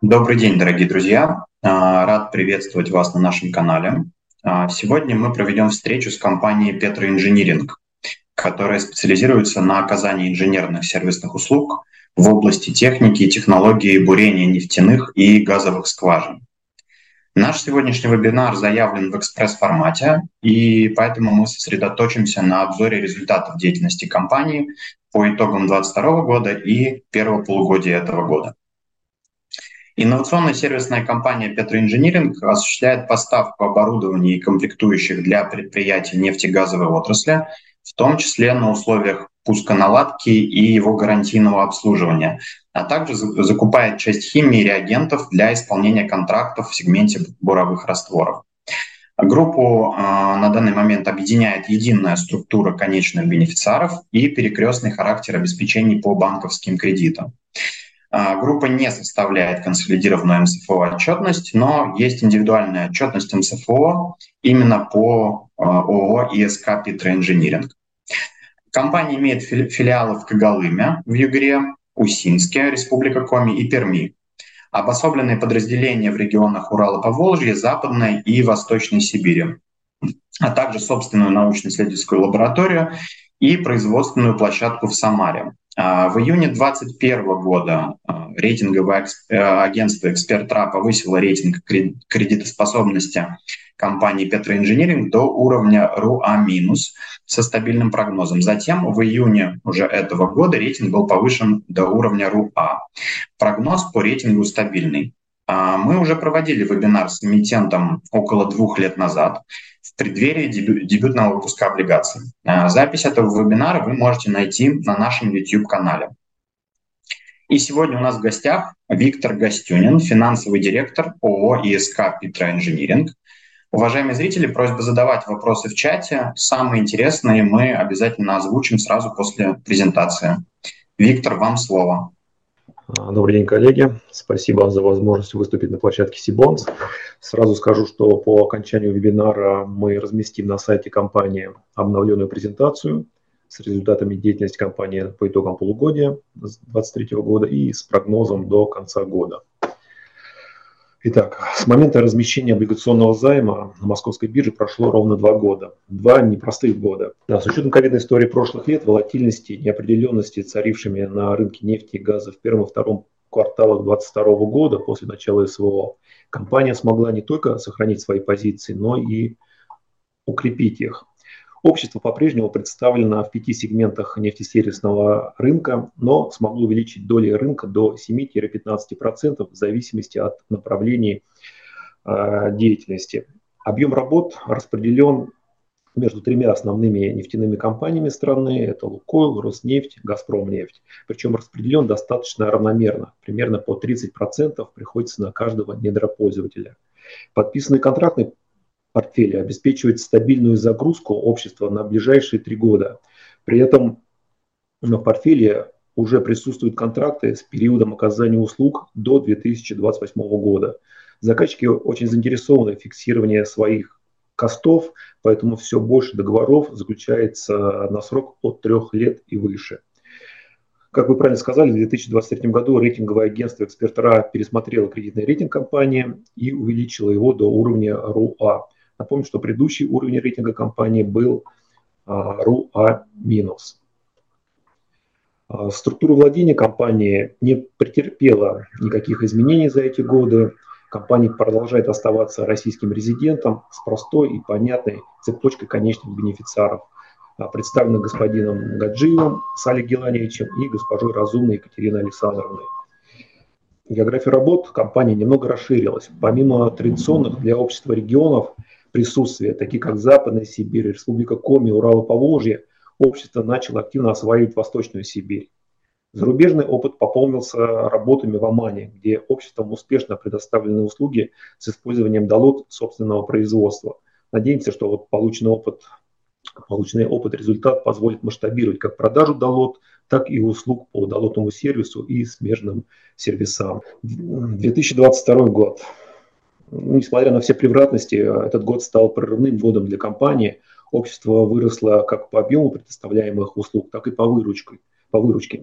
Добрый день, дорогие друзья! Рад приветствовать вас на нашем канале. Сегодня мы проведем встречу с компанией Petra Engineering, которая специализируется на оказании инженерных сервисных услуг в области техники и технологии бурения нефтяных и газовых скважин. Наш сегодняшний вебинар заявлен в экспресс-формате, и поэтому мы сосредоточимся на обзоре результатов деятельности компании по итогам 2022 года и первого полугодия этого года. Инновационная сервисная компания Petra Engineering осуществляет поставку оборудования и комплектующих для предприятий нефтегазовой отрасли, в том числе на условиях пусконаладки и его гарантийного обслуживания, а также закупает часть химии и реагентов для исполнения контрактов в сегменте буровых растворов. Группу на данный момент объединяет единая структура конечных бенефициаров и перекрестный характер обеспечений по банковским кредитам. Группа не составляет консолидированную МСФО отчетность, но есть индивидуальная отчетность МСФО именно по ООО ИСК Petra Engineering. Компания имеет филиалы в Когалыме, в Югре, Усинске, Республика Коми и Перми. Обособленные подразделения в регионах Урала, Поволжья, Западной и Восточной Сибири, а также собственную научно-исследовательскую лабораторию и производственную площадку в Самаре. В июне 2021 года рейтинговое агентство «Эксперт.РА» повысило рейтинг кредитоспособности компании Petra Engineering до уровня РУА- со стабильным прогнозом. Затем в июне уже этого года рейтинг был повышен до уровня РУА. Прогноз по рейтингу стабильный. Мы уже проводили вебинар с эмитентом около 2 лет назад в преддверии дебютного выпуска облигаций. Запись этого вебинара вы можете найти на нашем YouTube-канале. И сегодня у нас в гостях Виктор Гостюнин, финансовый директор ООО ИСК Petra Engineering. Уважаемые зрители, просьба задавать вопросы в чате. Самые интересные мы обязательно озвучим сразу после презентации. Виктор, вам слово. Добрый день, коллеги. Спасибо за возможность выступить на площадке Сибонс. Сразу скажу, что по окончанию вебинара мы разместим на сайте компании обновленную презентацию с результатами деятельности компании по итогам полугодия 2023 года и с прогнозом до конца года. Итак, с момента размещения облигационного займа на московской бирже прошло ровно 2 года. 2 непростых года. Да, с учетом ковидной истории прошлых лет, волатильности, неопределенности, царившими на рынке нефти и газа в первом и втором кварталах 2022 года после начала СВО, компания смогла не только сохранить свои позиции, но и укрепить их. Общество по-прежнему представлено в 5 сегментах нефтесервисного рынка, но смогло увеличить доли рынка до 7-15% в зависимости от направлений деятельности. Объем работ распределен между 3 основными нефтяными компаниями страны. Это Лукойл, Роснефть, Газпромнефть. Причем распределен достаточно равномерно. Примерно по 30% приходится на каждого недропользователя. Подписанные контрактные портфеля обеспечивает стабильную загрузку общества на ближайшие 3 года. При этом в портфеле уже присутствуют контракты с периодом оказания услуг до 2028 года. Заказчики очень заинтересованы в фиксировании своих костов, поэтому все больше договоров заключается на срок от 3 лет и выше. Как вы правильно сказали, в 2023 году рейтинговое агентство «Эксперт.РА» пересмотрело кредитный рейтинг компании и увеличило его до уровня РУА. Напомню, что предыдущий уровень рейтинга компании был РУА-. Структура владения компании не претерпела никаких изменений за эти годы. Компания продолжает оставаться российским резидентом с простой и понятной цепочкой конечных бенефициаров, представленных господином Гаджиевым Салих Гиланевичем и госпожой Разумной Екатериной Александровной. География работ компании немного расширилась. Помимо традиционных для общества регионов присутствия, таких как Западная Сибирь, Республика Коми, Урал и Поволжье, общество начало активно осваивать Восточную Сибирь. Зарубежный опыт пополнился работами в Омане, где обществом успешно предоставлены услуги с использованием долот собственного производства. Надеемся, что вот полученный опыт, результат позволит масштабировать как продажу долот, так и услуг по долотному сервису и смежным сервисам. 2022 год. Несмотря на все превратности, этот год стал прорывным годом для компании. Общество выросло как по объему предоставляемых услуг, так и по выручке.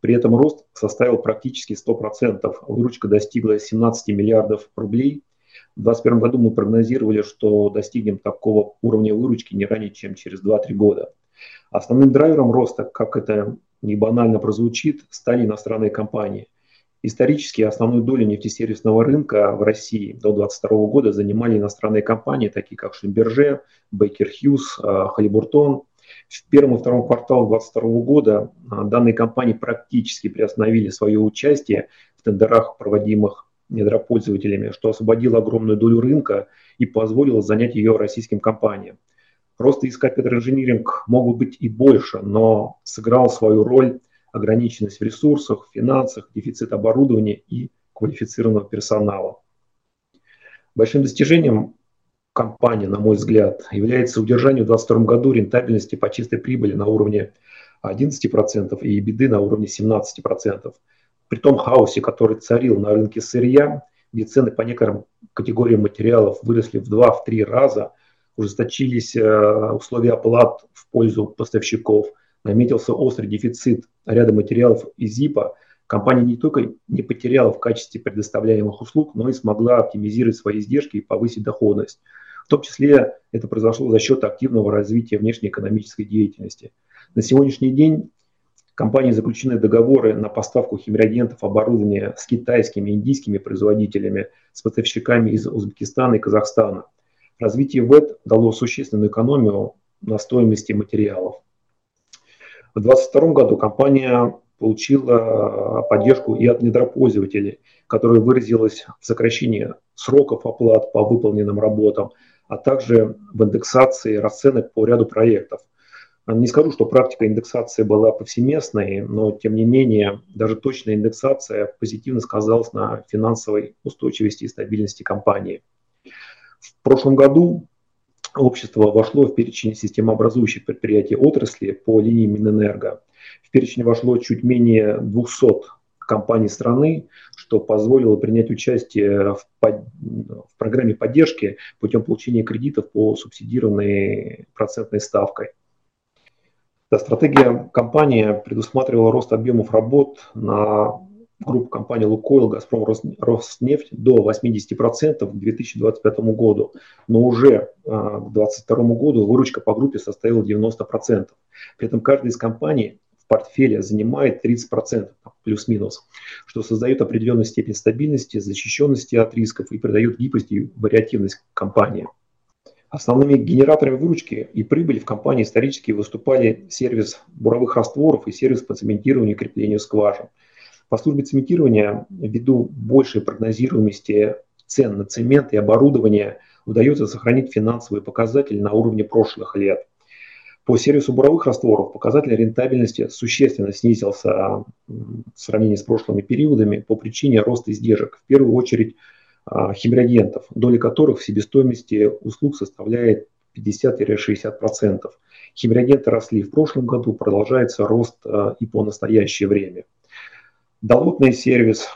При этом рост составил практически 100%. Выручка достигла 17 миллиардов рублей. В 2021 году мы прогнозировали, что достигнем такого уровня выручки не ранее, чем через 2-3 года. Основным драйвером роста, как это не банально прозвучит, стали иностранные компании. Исторически основную долю нефтесервисного рынка в России до 2022 года занимали иностранные компании, такие как Schlumberger, Baker Hughes, Halliburton. В первом и втором квартале 2022 года данные компании практически приостановили свое участие в тендерах, проводимых недропользователями, что освободило огромную долю рынка и позволило занять ее российским компаниям. Рост ИСК Петроинжиниринг могут быть и больше, но сыграл свою роль ограниченность в ресурсах, финансах, дефицит оборудования и квалифицированного персонала. Большим достижением компании, на мой взгляд, является удержание в 2022 году рентабельности по чистой прибыли на уровне 11% и EBITDA на уровне 17%. При том хаосе, который царил на рынке сырья, где цены по некоторым категориям материалов выросли в 2-3 раза, ужесточились условия оплат в пользу поставщиков, наметился острый дефицит ряда материалов из ЗИПа, компания не только не потеряла в качестве предоставляемых услуг, но и смогла оптимизировать свои издержки и повысить доходность. В том числе это произошло за счет активного развития внешнеэкономической деятельности. На сегодняшний день в компании заключены договоры на поставку химреагентов, оборудования с китайскими и индийскими производителями, с поставщиками из Узбекистана и Казахстана. Развитие ВЭД дало существенную экономию на стоимости материалов. В 2022 году компания получила поддержку и от недропользователей, которая выразилась в сокращении сроков оплат по выполненным работам, а также в индексации расценок по ряду проектов. Не скажу, что практика индексации была повсеместной, но тем не менее даже точная индексация позитивно сказалась на финансовой устойчивости и стабильности компании. В прошлом году общество вошло в перечень системообразующих предприятий отрасли по линии Минэнерго. В перечень вошло чуть менее 200 компаний страны, что позволило принять участие в программе поддержки путем получения кредитов по субсидированной процентной ставкой. Стратегия компании предусматривала рост объемов работ на группу компаний «Лукойл», «Газпром», «Роснефть» до 80% к 2025 году, но уже к 2022 году выручка по группе составила 90%. При этом каждая из компаний в портфеле занимает 30%, плюс-минус, что создает определенную степень стабильности, защищенности от рисков и придает гибкость и вариативность компании. Основными генераторами выручки и прибыли в компании исторически выступали сервис буровых растворов и сервис по цементированию и креплению скважин. По службе цементирования, ввиду большей прогнозируемости цен на цемент и оборудование, удается сохранить финансовые показатели на уровне прошлых лет. По сервису буровых растворов показатель рентабельности существенно снизился в сравнении с прошлыми периодами по причине роста издержек, в первую очередь химреагентов, доля которых в себестоимости услуг составляет 50-60%. Химреагенты росли в прошлом году, продолжается рост и по настоящее время. Долотный сервис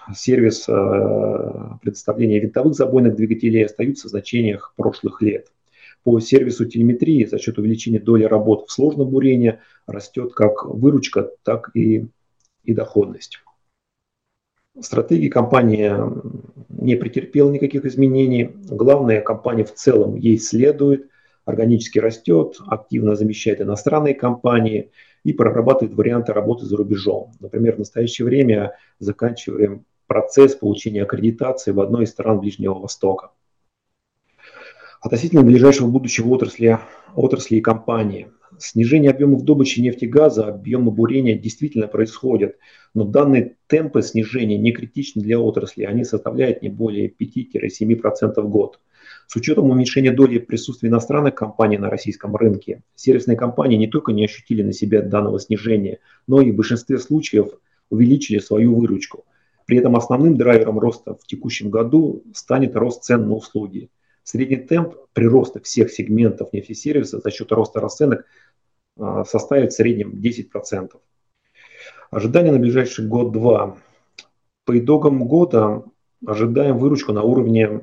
предоставления винтовых забойных двигателей остаются в значениях прошлых лет. По сервису телеметрии за счет увеличения доли работ в сложном бурении растет как выручка, так и доходность. Стратегия компании не претерпела никаких изменений. Главное, компания в целом ей следует, органически растет, активно замещает иностранные компании и прорабатывает варианты работы за рубежом. Например, в настоящее время заканчиваем процесс получения аккредитации в одной из стран Ближнего Востока. Относительно ближайшего будущего отрасли и компании. Снижение объемов добычи нефти и газа, объема бурения действительно происходят, но данные темпы снижения не критичны для отрасли, они составляют не более 5-7% в год. С учетом уменьшения доли присутствия иностранных компаний на российском рынке, сервисные компании не только не ощутили на себе данного снижения, но и в большинстве случаев увеличили свою выручку. При этом основным драйвером роста в текущем году станет рост цен на услуги. Средний темп прироста всех сегментов нефтесервиса за счет роста расценок составит в среднем 10%. Ожидания на ближайший год-два. По итогам года ожидаем выручку на уровне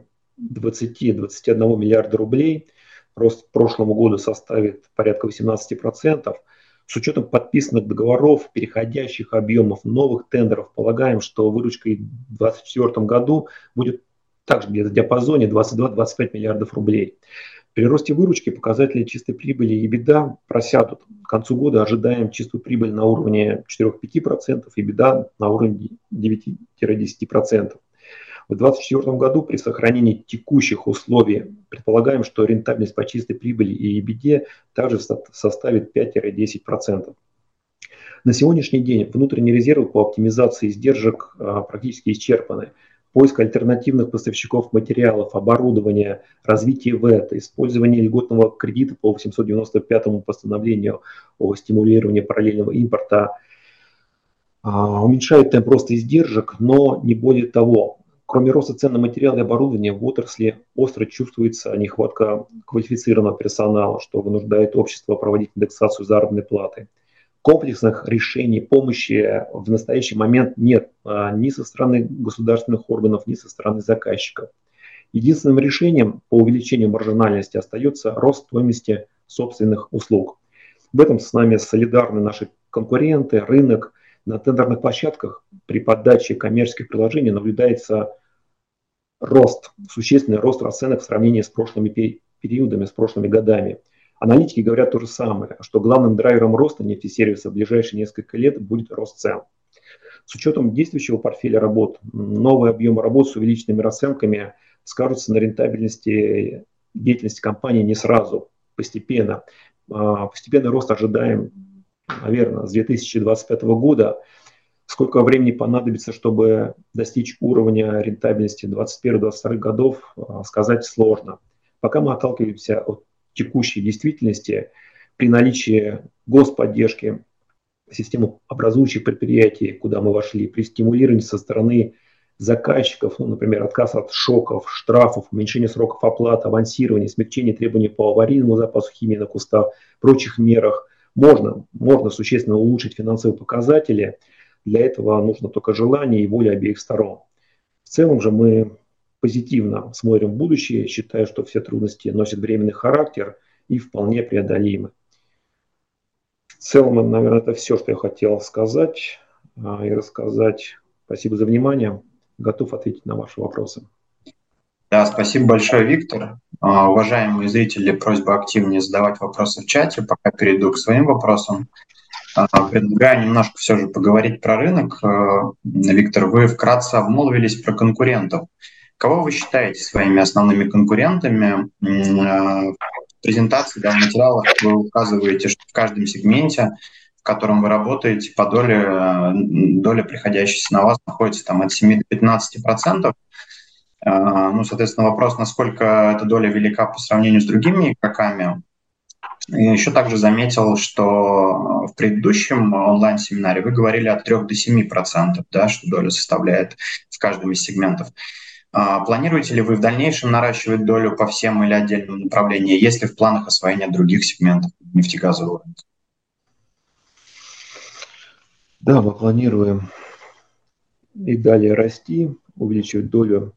20-21 миллиарда рублей. Рост к прошлому году составит порядка 18%, С учетом подписанных договоров, переходящих объемов новых тендеров, полагаем, что выручка в 2024 году будет также где-то в диапазоне 22-25 миллиардов рублей. При росте выручки показатели чистой прибыли и EBITDA просядут. К концу года ожидаем чистую прибыль на уровне 4-5%, EBITDA на уровне 9-10%. В 2024 году при сохранении текущих условий предполагаем, что рентабельность по чистой прибыли и EBITDA также составит 5-10%. На сегодняшний день внутренние резервы по оптимизации издержек практически исчерпаны. Поиск альтернативных поставщиков материалов, оборудования, развитие ВЭТ, использование льготного кредита по 895 постановлению о стимулировании параллельного импорта уменьшает темп роста издержек, но не более того. Кроме роста цен на материалы и оборудование, в отрасли остро чувствуется нехватка квалифицированного персонала, что вынуждает общество проводить индексацию заработной платы. Комплексных решений помощи в настоящий момент нет ни со стороны государственных органов, ни со стороны заказчиков. Единственным решением по увеличению маржинальности остается рост стоимости собственных услуг. В этом с нами солидарны наши конкуренты, рынок. На тендерных площадках при подаче коммерческих предложений наблюдается существенный рост расценок в сравнении с прошлыми периодами, с прошлыми годами. Аналитики говорят то же самое, что главным драйвером роста нефтесервиса в ближайшие несколько лет будет рост цен. С учетом действующего портфеля работ, новые объемы работ с увеличенными расценками скажутся на рентабельности деятельности компании не сразу, постепенно. Постепенный рост ожидаем, наверное, с 2025 года. Сколько времени понадобится, чтобы достичь уровня рентабельности 2021-2022 годов, сказать сложно. Пока мы отталкиваемся от текущей действительности, при наличии господдержки, системообразующих предприятий, куда мы вошли, при стимулировании со стороны заказчиков, например, отказ от шоков, штрафов, уменьшение сроков оплаты, авансирования, смягчение требований по аварийному запасу химии на кустах, прочих мерах, можно существенно улучшить финансовые показатели. Для этого нужно только желание и воля обеих сторон. В целом же мы позитивно смотрим в будущее, считая, что все трудности носят временный характер и вполне преодолимы. В целом, наверное, это все, что я хотел сказать и рассказать. Спасибо за внимание. Готов ответить на ваши вопросы. Да, спасибо большое, Виктор. Уважаемые зрители, просьба активнее задавать вопросы в чате, пока перейду к своим вопросам. Предлагаю немножко все же поговорить про рынок. Виктор, вы вкратце обмолвились про конкурентов. Кого вы считаете своими основными конкурентами? В презентации, в материалах вы указываете, что в каждом сегменте, в котором вы работаете, по доля, приходящаяся на вас, находится там от 7 до 15%. Соответственно, вопрос, насколько эта доля велика по сравнению с другими игроками. И еще также заметил, что в предыдущем онлайн-семинаре вы говорили от 3 до 7%, да, что доля составляет в каждом из сегментов. Планируете ли вы в дальнейшем наращивать долю по всем или отдельным направлениям? Есть ли в планах освоения других сегментов нефтегазового рынка? Да, мы планируем и далее расти, увеличивать долю,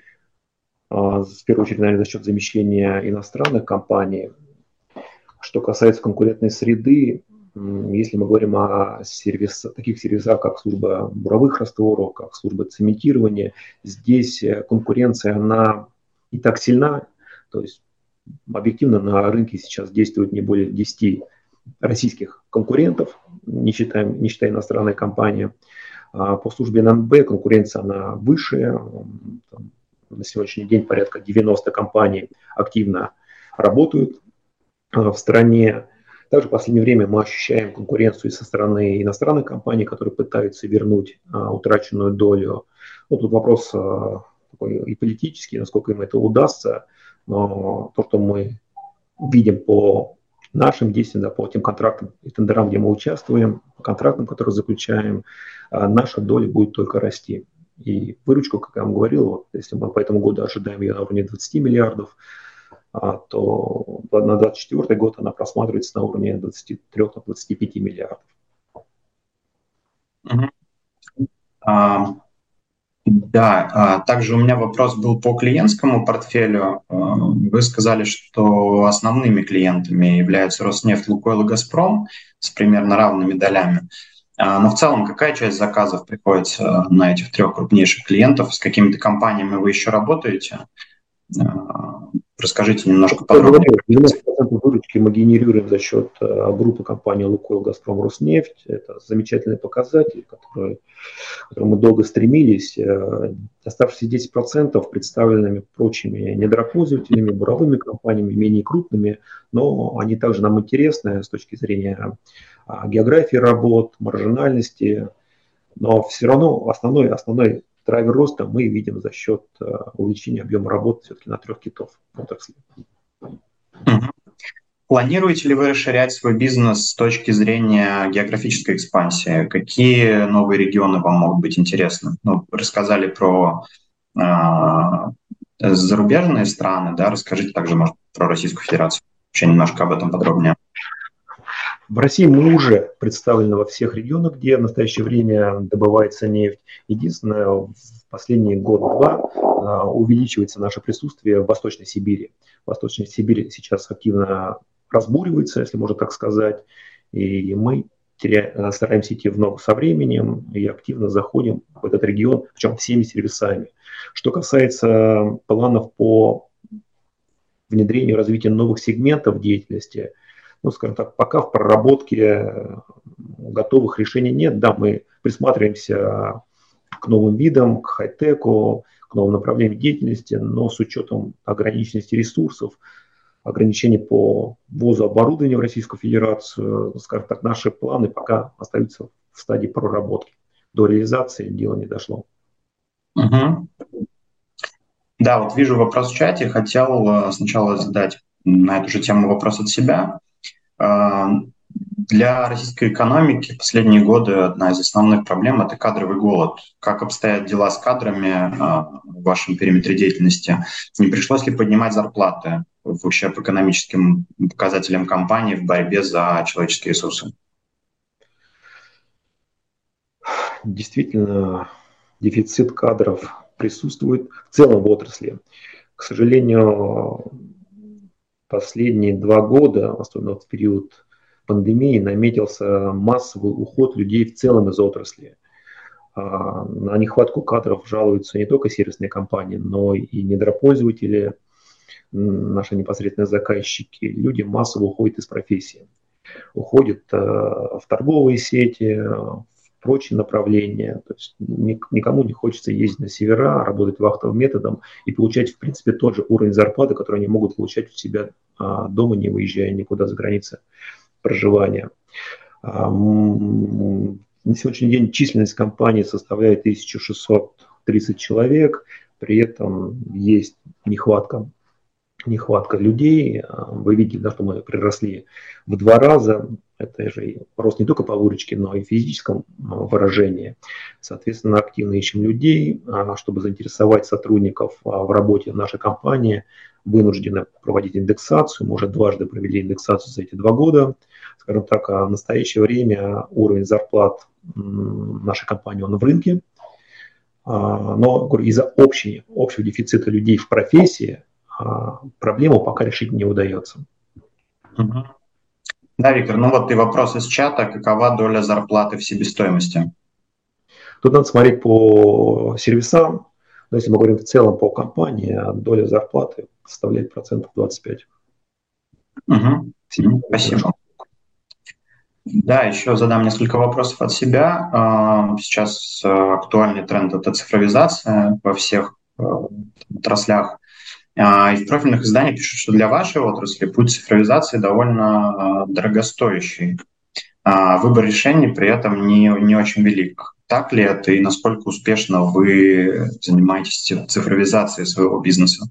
в первую очередь, наверное, за счет замещения иностранных компаний. Что касается конкурентной среды, если мы говорим о таких сервисах, как служба буровых растворов, как служба цементирования, здесь конкуренция, она не так сильна. То есть объективно на рынке сейчас действует не более 10 российских конкурентов, не считая иностранной компании. По службе ННБ конкуренция она выше. На сегодняшний день порядка 90 компаний активно работают в стране. Также в последнее время мы ощущаем конкуренцию со стороны иностранных компаний, которые пытаются вернуть утраченную долю. Тут вопрос такой и политический, насколько им это удастся. Но то, что мы видим по нашим действиям, по тем контрактам и тендерам, где мы участвуем, по контрактам, которые заключаем, наша доля будет только расти. И выручку, как я вам говорил, если мы по этому году ожидаем ее на уровне 20 миллиардов, то на 2024 год она просматривается на уровне 23-25 миллиардов. Да, также у меня вопрос был по клиентскому портфелю. Вы сказали, что основными клиентами являются Роснефть, Лукойл и Газпром с примерно равными долями. Но в целом, какая часть заказов приходится на этих трех крупнейших клиентов? С какими-то компаниями вы еще работаете? Расскажите немножко Я подробнее. говорю, 90% выручки мы генерируем за счет группы компаний «Лукойл», «Газпром», «Роснефть». Это замечательный показатель, к которому мы долго стремились. Оставшиеся 10% представленными прочими недропользователями, буровыми компаниями, менее крупными, но они также нам интересны с точки зрения географии работ, маржинальности. Но все равно основной драйвер роста мы видим за счет увеличения объема работы все-таки на трех китов отрасли. Мгм. Планируете ли вы расширять свой бизнес с точки зрения географической экспансии? Какие новые регионы вам могут быть интересны? Ну, рассказали про зарубежные страны, да, расскажите также, может, про Российскую Федерацию. Вообще немножко об этом подробнее. В России мы уже представлены во всех регионах, где в настоящее время добывается нефть. Единственное, в последние год-два увеличивается наше присутствие в Восточной Сибири. Восточная Сибирь сейчас активно разбуривается, если можно так сказать, и мы стараемся идти в ногу со временем и активно заходим в этот регион, причем всеми сервисами. Что касается планов по внедрению, развитию новых сегментов деятельности, ну, скажем так, пока в проработке готовых решений нет. Да, мы присматриваемся к новым видам, к хай-теку, к новым направлениям деятельности, но с учетом ограниченности ресурсов, ограничений по ввозу оборудования в Российскую Федерацию, скажем так, наши планы пока остаются в стадии проработки. До реализации дело не дошло. Угу. Да, вот вижу вопрос в чате. Хотел сначала задать на эту же тему вопрос от себя. Для российской экономики в последние годы одна из основных проблем – это кадровый голод. Как обстоят дела с кадрами в вашем периметре деятельности? Не пришлось ли поднимать зарплаты в ущерб экономическим показателям компании в борьбе за человеческие ресурсы? Действительно, дефицит кадров присутствует в целом в отрасли. К сожалению, последние 2 года, особенно в период пандемии, наметился массовый уход людей в целом из отрасли. На нехватку кадров жалуются не только сервисные компании, но и недропользователи, наши непосредственные заказчики. Люди массово уходят из профессии. Уходят в торговые сети, в прочие направления. То есть никому не хочется ездить на севера, работать вахтовым методом и получать, в принципе, тот же уровень зарплаты, который они могут получать у себя дома, не выезжая никуда за границу проживания. На сегодняшний день численность компании составляет 1630 человек, при этом есть нехватка людей. Вы видели, да, что мы приросли в 2 раза. Это же рост не только по выручке, но и в физическом выражении. Соответственно, активно ищем людей, чтобы заинтересовать сотрудников в работе в нашей компании. Вынуждены проводить индексацию. Мы уже дважды провели индексацию за эти 2 года. Скажем так, в настоящее время уровень зарплат нашей компании он в рынке. Но из-за общего дефицита людей в профессии проблему пока решить не удается. Угу. Да, Виктор, ну вот и вопрос из чата. Какова доля зарплаты в себестоимости? Тут надо смотреть по сервисам, но если мы говорим в целом по компании, доля зарплаты составляет 25%. Угу. Спасибо. Да, еще задам несколько вопросов от себя. Сейчас актуальный тренд – это цифровизация во всех отраслях. И в профильных изданиях пишут, что для вашей отрасли путь цифровизации довольно дорогостоящий. Выбор решений при этом не очень велик. Так ли это и насколько успешно вы занимаетесь цифровизацией своего бизнеса?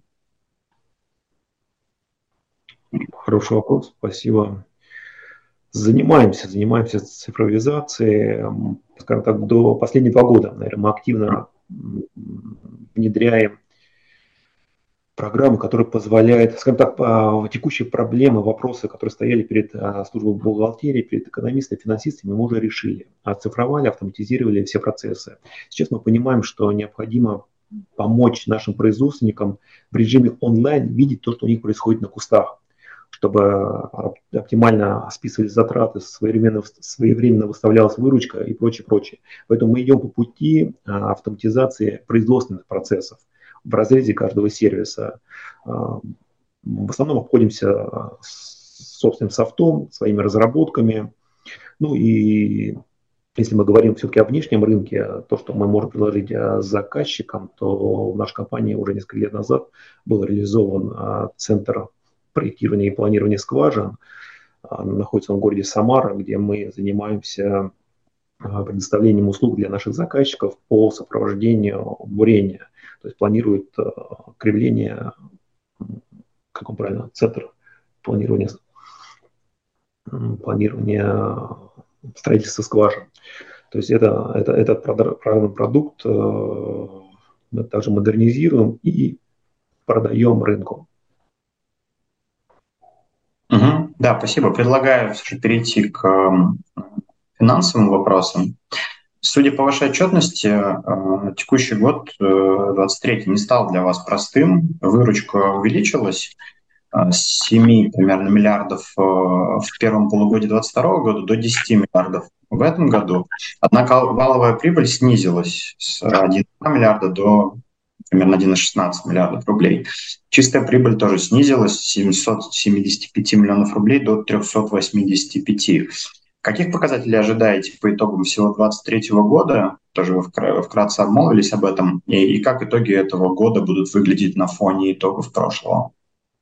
Хороший вопрос, спасибо. Занимаемся цифровизацией. Скажем так, до последних 2 года, наверное, мы активно внедряем программы, которая позволяет, скажем так, текущие проблемы, вопросы, которые стояли перед службой бухгалтерии, перед экономистами, финансистами, мы уже решили. Оцифровали, автоматизировали все процессы. Сейчас мы понимаем, что необходимо помочь нашим производственникам в режиме онлайн видеть то, что у них происходит на кустах, чтобы оптимально списывались затраты, своевременно выставлялась выручка и прочее, прочее. Поэтому мы идем по пути автоматизации производственных процессов в разрезе каждого сервиса. В основном обходимся собственным софтом, своими разработками. Ну и если мы говорим все-таки о внешнем рынке, то, что мы можем предложить заказчикам, то в нашей компании уже несколько лет назад был реализован центр проектирования и планирования скважин. Находится он в городе Самара, где мы занимаемся предоставлением услуг для наших заказчиков по сопровождению бурения. То есть планирует кривление, как он правильно, центр планирования строительства скважин. То есть этот программный продукт мы также модернизируем и продаем рынку. Да, спасибо. Предлагаю все же перейти к финансовым вопросам. Судя по вашей отчетности, текущий год, 2023, не стал для вас простым. Выручка увеличилась с 7 примерно миллиардов в первом полугодии 2022 года до 10 миллиардов в этом году. Однако валовая прибыль снизилась с 1,2 миллиарда до примерно 1,16 миллиардов рублей. Чистая прибыль тоже снизилась с 775 миллионов рублей до 385. Каких показателей ожидаете по итогам всего 2023 года? Тоже вы вкратце обмолвились об этом. И как итоги этого года будут выглядеть на фоне итогов прошлого?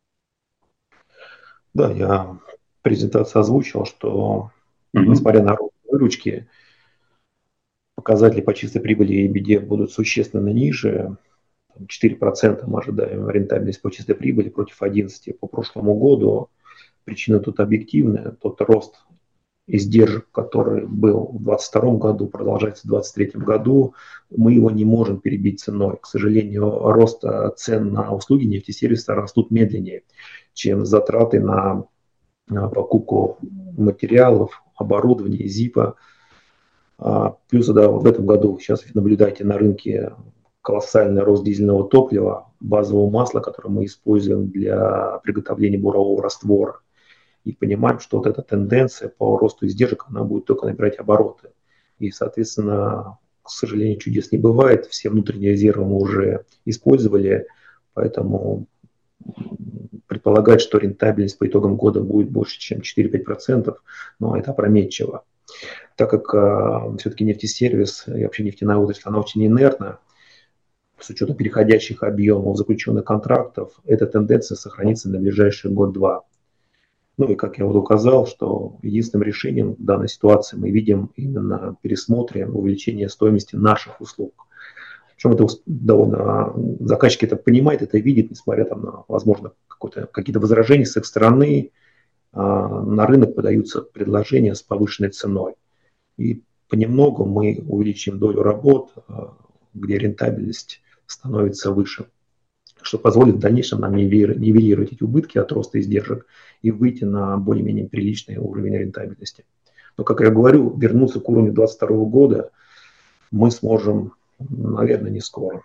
Да, я в презентации озвучил, что несмотря на рост выручки, показатели по чистой прибыли и EBITDA будут существенно ниже. 4% мы ожидаем рентабельность по чистой прибыли против 11% по прошлому году. Причина тут объективная. Тот рост издержек, который был в 2022 году, продолжается в 2023 году, мы его не можем перебить ценой. К сожалению, рост цен на услуги нефтесервиса растут медленнее, чем затраты на покупку материалов, оборудования, ЗИПа. Плюс да, в этом году сейчас наблюдаете на рынке колоссальный рост дизельного топлива, базового масла, которое мы используем для приготовления бурового раствора. И понимаем, что вот эта тенденция по росту издержек, она будет только набирать обороты. И, соответственно, к сожалению, чудес не бывает. Все внутренние резервы мы уже использовали, поэтому предполагать, что рентабельность по итогам года будет больше, чем 4-5%, но это опрометчиво. Так как все-таки нефтесервис и вообще нефтяная отрасль, она очень инертна, с учетом переходящих объемов заключенных контрактов, эта тенденция сохранится на ближайший год-два. Ну и как я вот указал, что единственным решением в данной ситуации мы видим именно пересмотре увеличения стоимости наших услуг. Причем это довольно заказчик это понимает, это видит, несмотря там, на, возможно, какие-то возражения с их стороны, на рынок подаются предложения с повышенной ценой. И понемногу мы увеличим долю работ, где рентабельность становится выше, что позволит в дальнейшем нам нивелировать эти убытки от роста издержек и выйти на более-менее приличный уровень рентабельности. Но, как я говорю, вернуться к уровню 2022 года мы сможем, наверное, не скоро.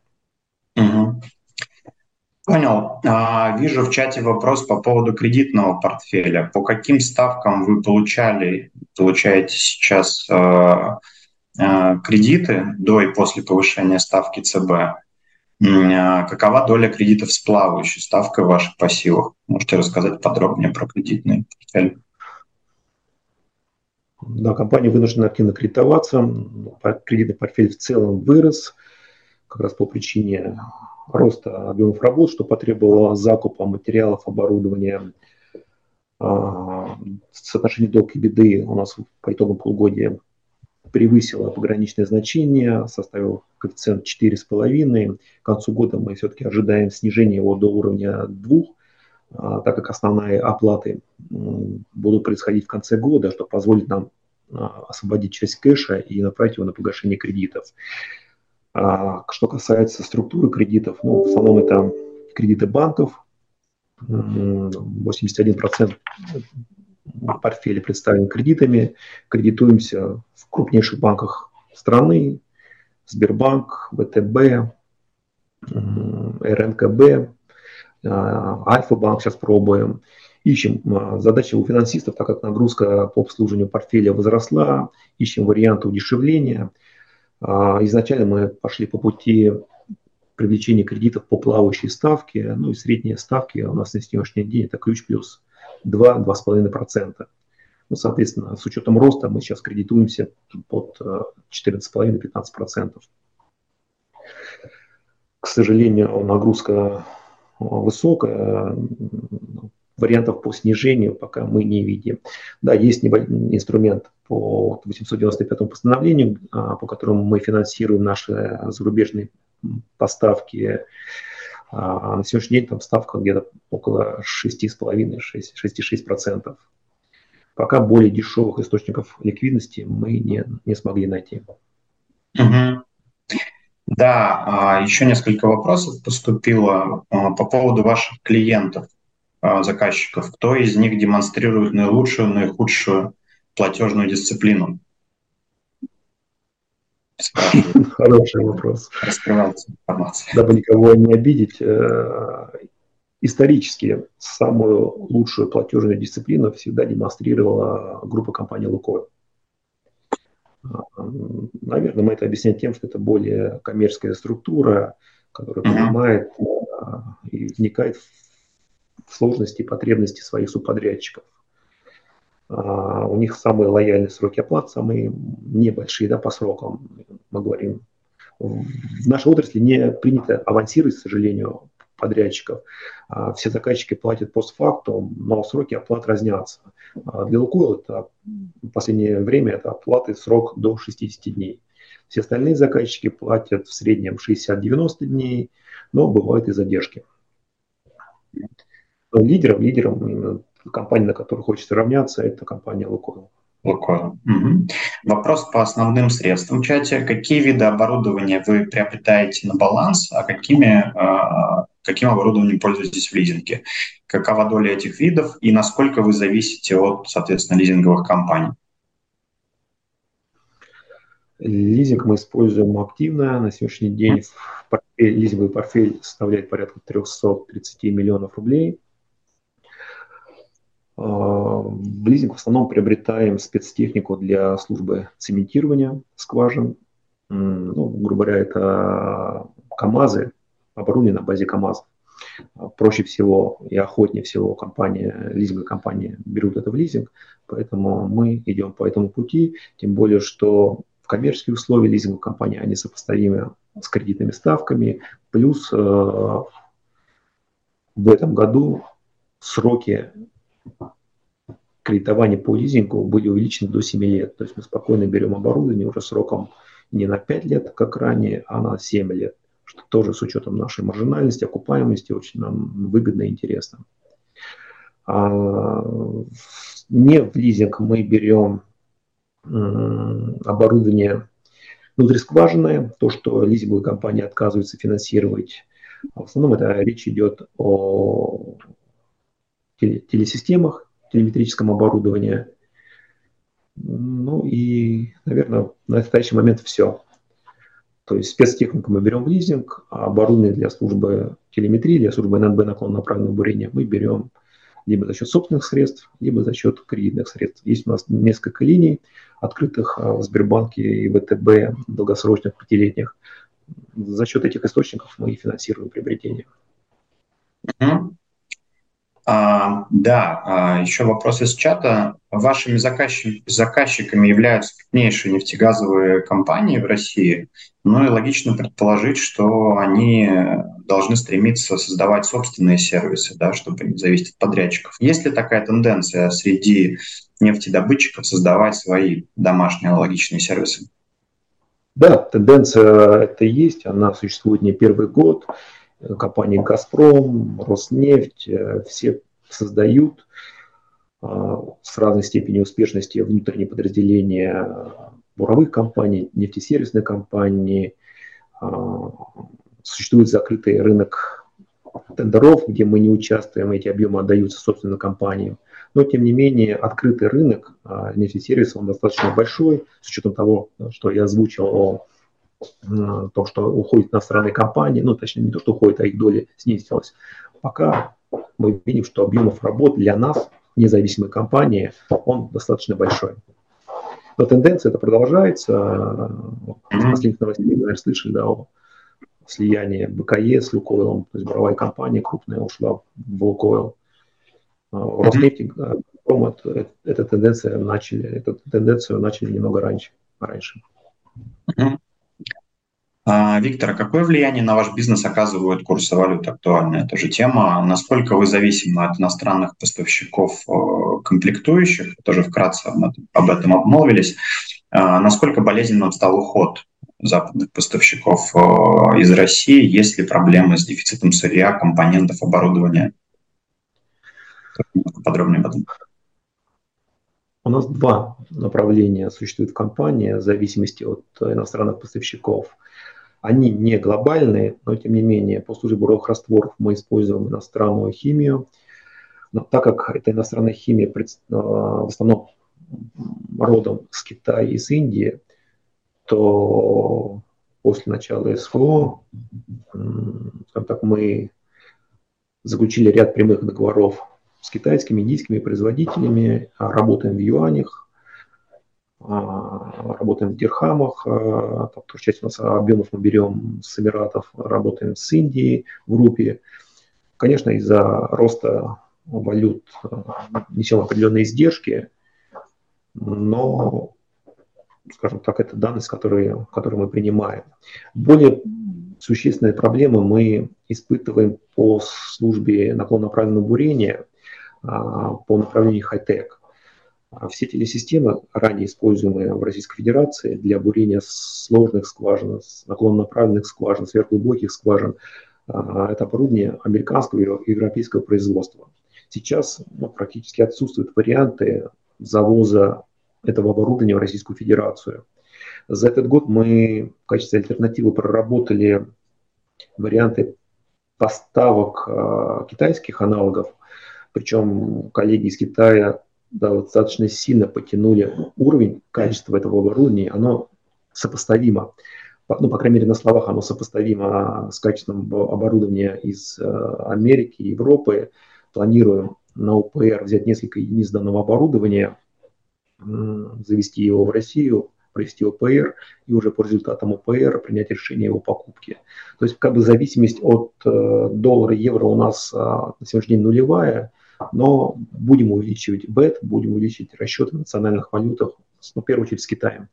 Понял. Вижу в чате вопрос по поводу кредитного портфеля. По каким ставкам вы получаете сейчас кредиты до и после повышения ставки ЦБ? Какова доля кредитов с плавающей ставкой в ваших пассивах? Можете рассказать подробнее про кредитный портфель? Да, компания вынуждена активно кредитоваться. Кредитный портфель в целом вырос как раз по причине роста объемов работ, что потребовало закупа материалов, оборудования. Соотношение долг и беды у нас по итогам полугодия превысило пограничное значение, составил коэффициент 4,5. К концу года мы все-таки ожидаем снижения его до уровня 2, так как основные оплаты будут происходить в конце года, что позволит нам освободить часть кэша и направить его на погашение кредитов. Что касается структуры кредитов, в основном это кредиты банков. 81% портфеля представлен кредитами. Кредитуемся в крупнейших банках страны: Сбербанк, ВТБ, РНКБ, Альфа-банк сейчас пробуем. Ищем задачи у финансистов, так как нагрузка по обслуживанию портфеля возросла, ищем варианты удешевления. Изначально мы пошли по пути привлечения кредитов по плавающей ставке, ну и средние ставки у нас на сегодняшний день это ключ плюс 2-2,5%. Ну, соответственно, с учетом роста мы сейчас кредитуемся под 14,5-15%. К сожалению, нагрузка высокая, вариантов по снижению пока мы не видим. Да, есть инструмент по 895 постановлению, по которому мы финансируем наши зарубежные поставки. На сегодняшний день там ставка где-то около 6,5-6,6%. Пока более дешевых источников ликвидности мы не смогли найти. Угу. Да, еще несколько вопросов поступило по поводу ваших клиентов, заказчиков. Кто из них демонстрирует наилучшую, наихудшую платежную дисциплину? Хороший вопрос. Раскрывается информация. Дабы никого не обидеть, исторически самую лучшую платежную дисциплину всегда демонстрировала группа компании «Лукойл». Наверное, мы это объясняем тем, что это более коммерческая структура, которая понимает и вникает в сложности и потребности своих субподрядчиков. У них самые лояльные сроки оплат, самые небольшие, да, по срокам. Мы говорим, в нашей отрасли не принято авансировать, к сожалению, подрядчиков. Все заказчики платят постфактум, но сроки оплат разнятся. Для Лукойл это в последнее время это оплаты срок до 60 дней. Все остальные заказчики платят в среднем 60-90 дней, но бывают и задержки. Лидером компании, на которую хочется равняться, это компания Лукойл. Лукойл. Угу. Вопрос по основным средствам в чате. Какие виды оборудования вы приобретаете на баланс, а каким оборудованием пользуетесь в лизинге? Какова доля этих видов и насколько вы зависите от, соответственно, лизинговых компаний? Лизинг мы используем активно. На сегодняшний день лизинговый портфель составляет порядка 330 миллионов рублей. В лизинг в основном приобретаем спецтехнику для службы цементирования скважин. Ну, грубо говоря, это КАМАЗы, оборудование на базе КАМАЗов. Проще всего и охотнее всего лизинговые компании берут это в лизинг, поэтому мы идем по этому пути, тем более, что в коммерческие условия лизинговой компании, они сопоставимы с кредитными ставками, плюс в этом году сроки кредитования по лизингу были увеличены до 7 лет. То есть мы спокойно берем оборудование уже сроком не на 5 лет, как ранее, а на 7 лет, что тоже с учетом нашей маржинальности, окупаемости очень нам выгодно и интересно. Не в лизинг мы берем оборудование внутрискважинное, то, что лизинговые компании отказываются финансировать. В основном это речь идет о телесистемах, телеметрическом оборудовании. Ну и, наверное, на настоящий момент все. То есть спецтехнику мы берем в лизинг, а оборудование для службы телеметрии, для службы ННБ наклонно-направленного бурения мы берем либо за счет собственных средств, либо за счет кредитных средств. Есть у нас несколько линий, открытых в Сбербанке и ВТБ, долгосрочных, пятилетних. За счет этих источников мы и финансируем приобретение. Еще вопрос из чата. Вашими заказчиками являются крупнейшие нефтегазовые компании в России, ну и логично предположить, что они должны стремиться создавать собственные сервисы, да, чтобы не зависеть от подрядчиков. Есть ли такая тенденция среди нефтедобытчиков создавать свои домашние аналогичные сервисы? Да, тенденция это есть, она существует не первый год. Компании «Газпром», «Роснефть», все создают с разной степенью успешности внутренние подразделения буровых компаний, нефтесервисных компаний. Существует закрытый рынок тендеров, где мы не участвуем, эти объемы отдаются, собственно, компаниям. Но, тем не менее, открытый рынок нефтесервиса, он достаточно большой, с учетом того, что я озвучил о том, что уходит иностранные компании, ну, точнее, не то, что уходит, а их доля снизилась. Пока мы видим, что объемов работ для нас, независимой компании, он достаточно большой. Но тенденция это продолжается. Из последних новостей, вы, наверное, слышали, да, о слиянии БКЕ с Лукойлом, то есть буровая компания крупная ушла в Лукойл. В Роснефти эту тенденцию начали немного раньше. Виктор, а какое влияние на ваш бизнес оказывают курсы валют? Актуальная эта же тема. Насколько вы зависимы от иностранных поставщиков комплектующих? Тоже вкратце об этом обмолвились. Насколько болезненным стал уход западных поставщиков из России? Есть ли проблемы с дефицитом сырья, компонентов, оборудования? Подробнее об этом. У нас два направления существует в компании в зависимости от иностранных поставщиков. Они не глобальные, но тем не менее по службе буровых растворов мы используем иностранную химию. Но так как эта иностранная химия в основном родом с Китая и с Индии, то после начала СВО, скажем так, мы заключили ряд прямых договоров с китайскими, индийскими производителями, работаем в юанях, работаем в дирхамах, часть у нас объемов мы берем с Эмиратов, работаем с Индией в рупии. Конечно, из-за роста валют несем определенные издержки, но, скажем так, это данность, которую мы принимаем. Более существенные проблемы мы испытываем по службе наклонно-направленного бурения, по направлению хай-тек. Все телесистемы, ранее используемые в Российской Федерации для бурения сложных скважин, наклонно-направленных скважин, сверхглубоких скважин, это оборудование американского и европейского производства. Сейчас практически отсутствуют варианты завоза этого оборудования в Российскую Федерацию. За этот год мы в качестве альтернативы проработали варианты поставок китайских аналогов, причем коллеги из Китая достаточно сильно потянули уровень качества этого оборудования, оно сопоставимо, по крайней мере на словах оно сопоставимо с качеством оборудования из Америки, Европы. Планируем на ОПР взять несколько единиц данного оборудования, завести его в Россию, провести ОПР и уже по результатам ОПР принять решение о его покупке. То есть зависимость от доллара и евро у нас на сегодняшний день нулевая, но будем увеличивать БЭТ, будем увеличивать расчеты в национальных валютах, в первую очередь с Китаем.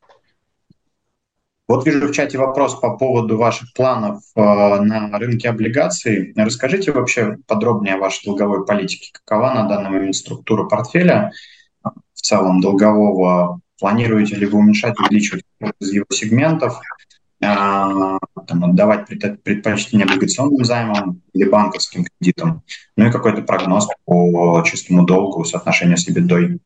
Вот вижу в чате вопрос по поводу ваших планов на рынке облигаций. Расскажите вообще подробнее о вашей долговой политике. Какова на данный момент структура портфеля в целом долгового? Планируете ли вы уменьшать, увеличивать из его сегментов? Отдавать предпочтение облигационным займам или банковским кредитам, ну и какой-то прогноз по чистому долгу, соотношению с EBITDA.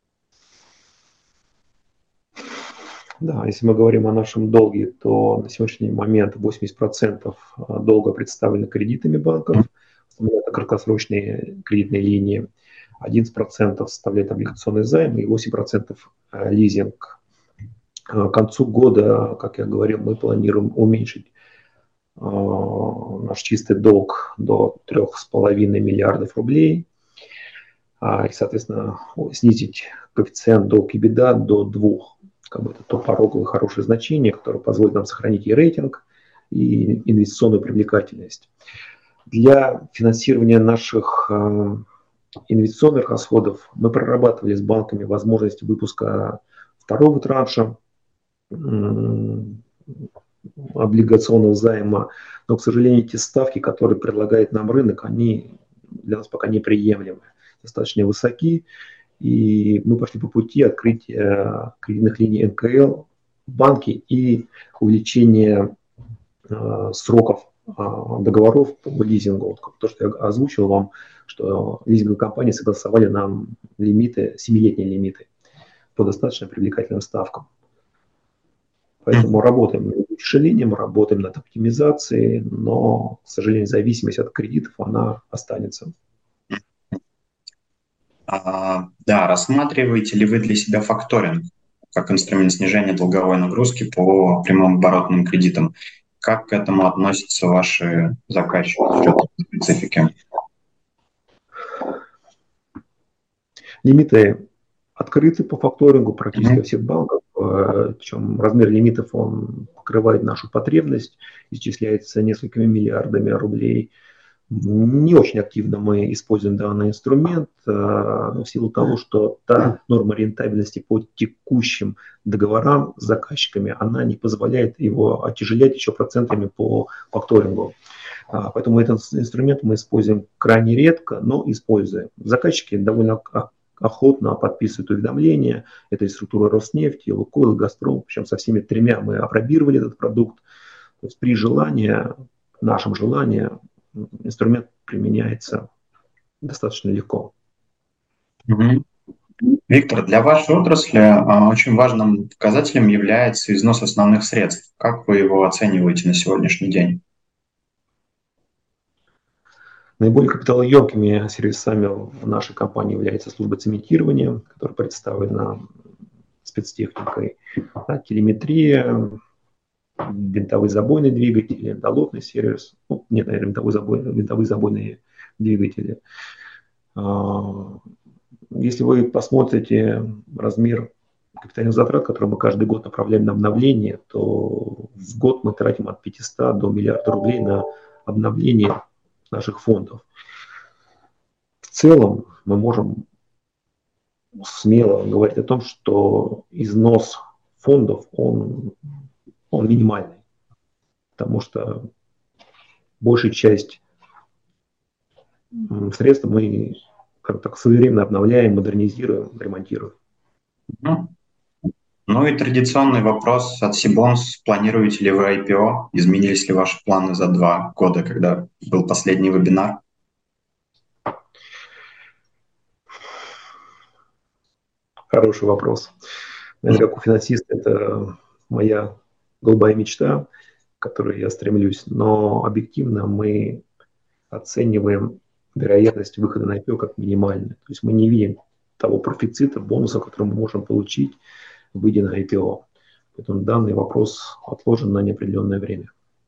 Да, если мы говорим о нашем долге, то на сегодняшний момент 80% долга представлено кредитами банков, это краткосрочные кредитные линии, 11% составляет облигационные займы и 8% лизинг. К концу года, как я говорил, мы планируем уменьшить наш чистый долг до 3,5 миллиардов рублей и, соответственно, снизить коэффициент долг-EBITDA до 2. Это то пороговое хорошее значение, которое позволит нам сохранить и рейтинг, и инвестиционную привлекательность. Для финансирования наших инвестиционных расходов мы прорабатывали с банками возможность выпуска второго транша облигационного займа, но, к сожалению, те ставки, которые предлагает нам рынок, они для нас пока неприемлемы, достаточно высоки, и мы пошли по пути открытия кредитных линий НКЛ в банке и увеличения сроков договоров по лизингу. То, что я озвучил вам, что лизинговые компании согласовали нам лимиты, 7-летние лимиты по достаточно привлекательным ставкам. Поэтому работаем над утяжелением, работаем над оптимизацией, но, к сожалению, зависимость от кредитов, она останется. Да, рассматриваете ли вы для себя факторинг как инструмент снижения долговой нагрузки по прямым оборотным кредитам? Как к этому относятся ваши заказчики с учетом специфики? Лимиты открыты по факторингу практически во всех банках, причем размер лимитов он покрывает нашу потребность, исчисляется несколькими миллиардами рублей. Не очень активно мы используем данный инструмент в силу того, что та норма рентабельности по текущим договорам с заказчиками, она не позволяет его оттяжелять еще процентами по факторингу. Поэтому этот инструмент мы используем крайне редко, но используем. Заказчики довольно охотно подписывают уведомления. Это и структура Роснефти, Лукойл, Газпром. Причем со всеми тремя мы опробировали этот продукт. То есть при желании, нашем желании, инструмент применяется достаточно легко. Виктор, для вашей отрасли очень важным показателем является износ основных средств. Как вы его оцениваете на сегодняшний день? Наиболее капиталоемкими сервисами в нашей компании является служба цементирования, которая представлена спецтехникой, телеметрия, винтовые забойные двигатели, долотный сервис, нет, наверное, винтовые забойные двигатели. Если вы посмотрите размер капитальных затрат, которые мы каждый год направляем на обновление, то в год мы тратим от 500 до миллиарда рублей на обновление наших фондов. В целом мы можем смело говорить о том, что износ фондов, он минимальный, потому что большая часть средств мы, как так, своевременно обновляем, модернизируем, ремонтируем. Ну и традиционный вопрос от Сибонс. Планируете ли вы IPO? Изменились ли ваши планы за 2 года, когда был последний вебинар? Хороший вопрос. Наверное, как у финансиста, это моя голубая мечта, к которой я стремлюсь. Но объективно мы оцениваем вероятность выхода на IPO как минимальную. То есть мы не видим того профицита, бонуса, который мы можем получить, выйдя на IPO. Поэтому данный вопрос отложен на неопределенное время.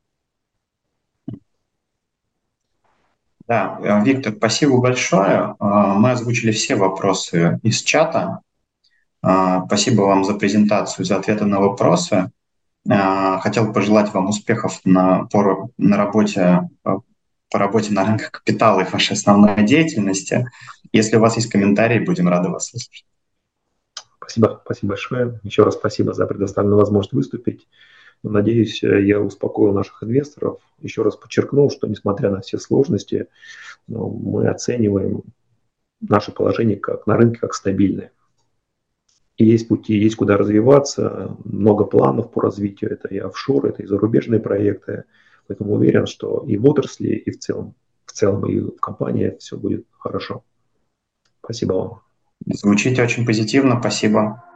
Да, Виктор, спасибо большое. Мы озвучили все вопросы из чата. Спасибо вам за презентацию, за ответы на вопросы. Хотел пожелать вам успехов по работе на рынках капитала и вашей основной деятельности. Если у вас есть комментарии, будем рады вас слушать. Спасибо большое. Еще раз спасибо за предоставленную возможность выступить. Надеюсь, я успокоил наших инвесторов. Еще раз подчеркнул, что несмотря на все сложности, мы оцениваем наше положение на рынке как стабильное. И есть пути, есть куда развиваться, много планов по развитию. Это и офшор, это и зарубежные проекты. Поэтому уверен, что и в отрасли, и в целом и в компании все будет хорошо. Спасибо вам. Звучите очень позитивно, спасибо.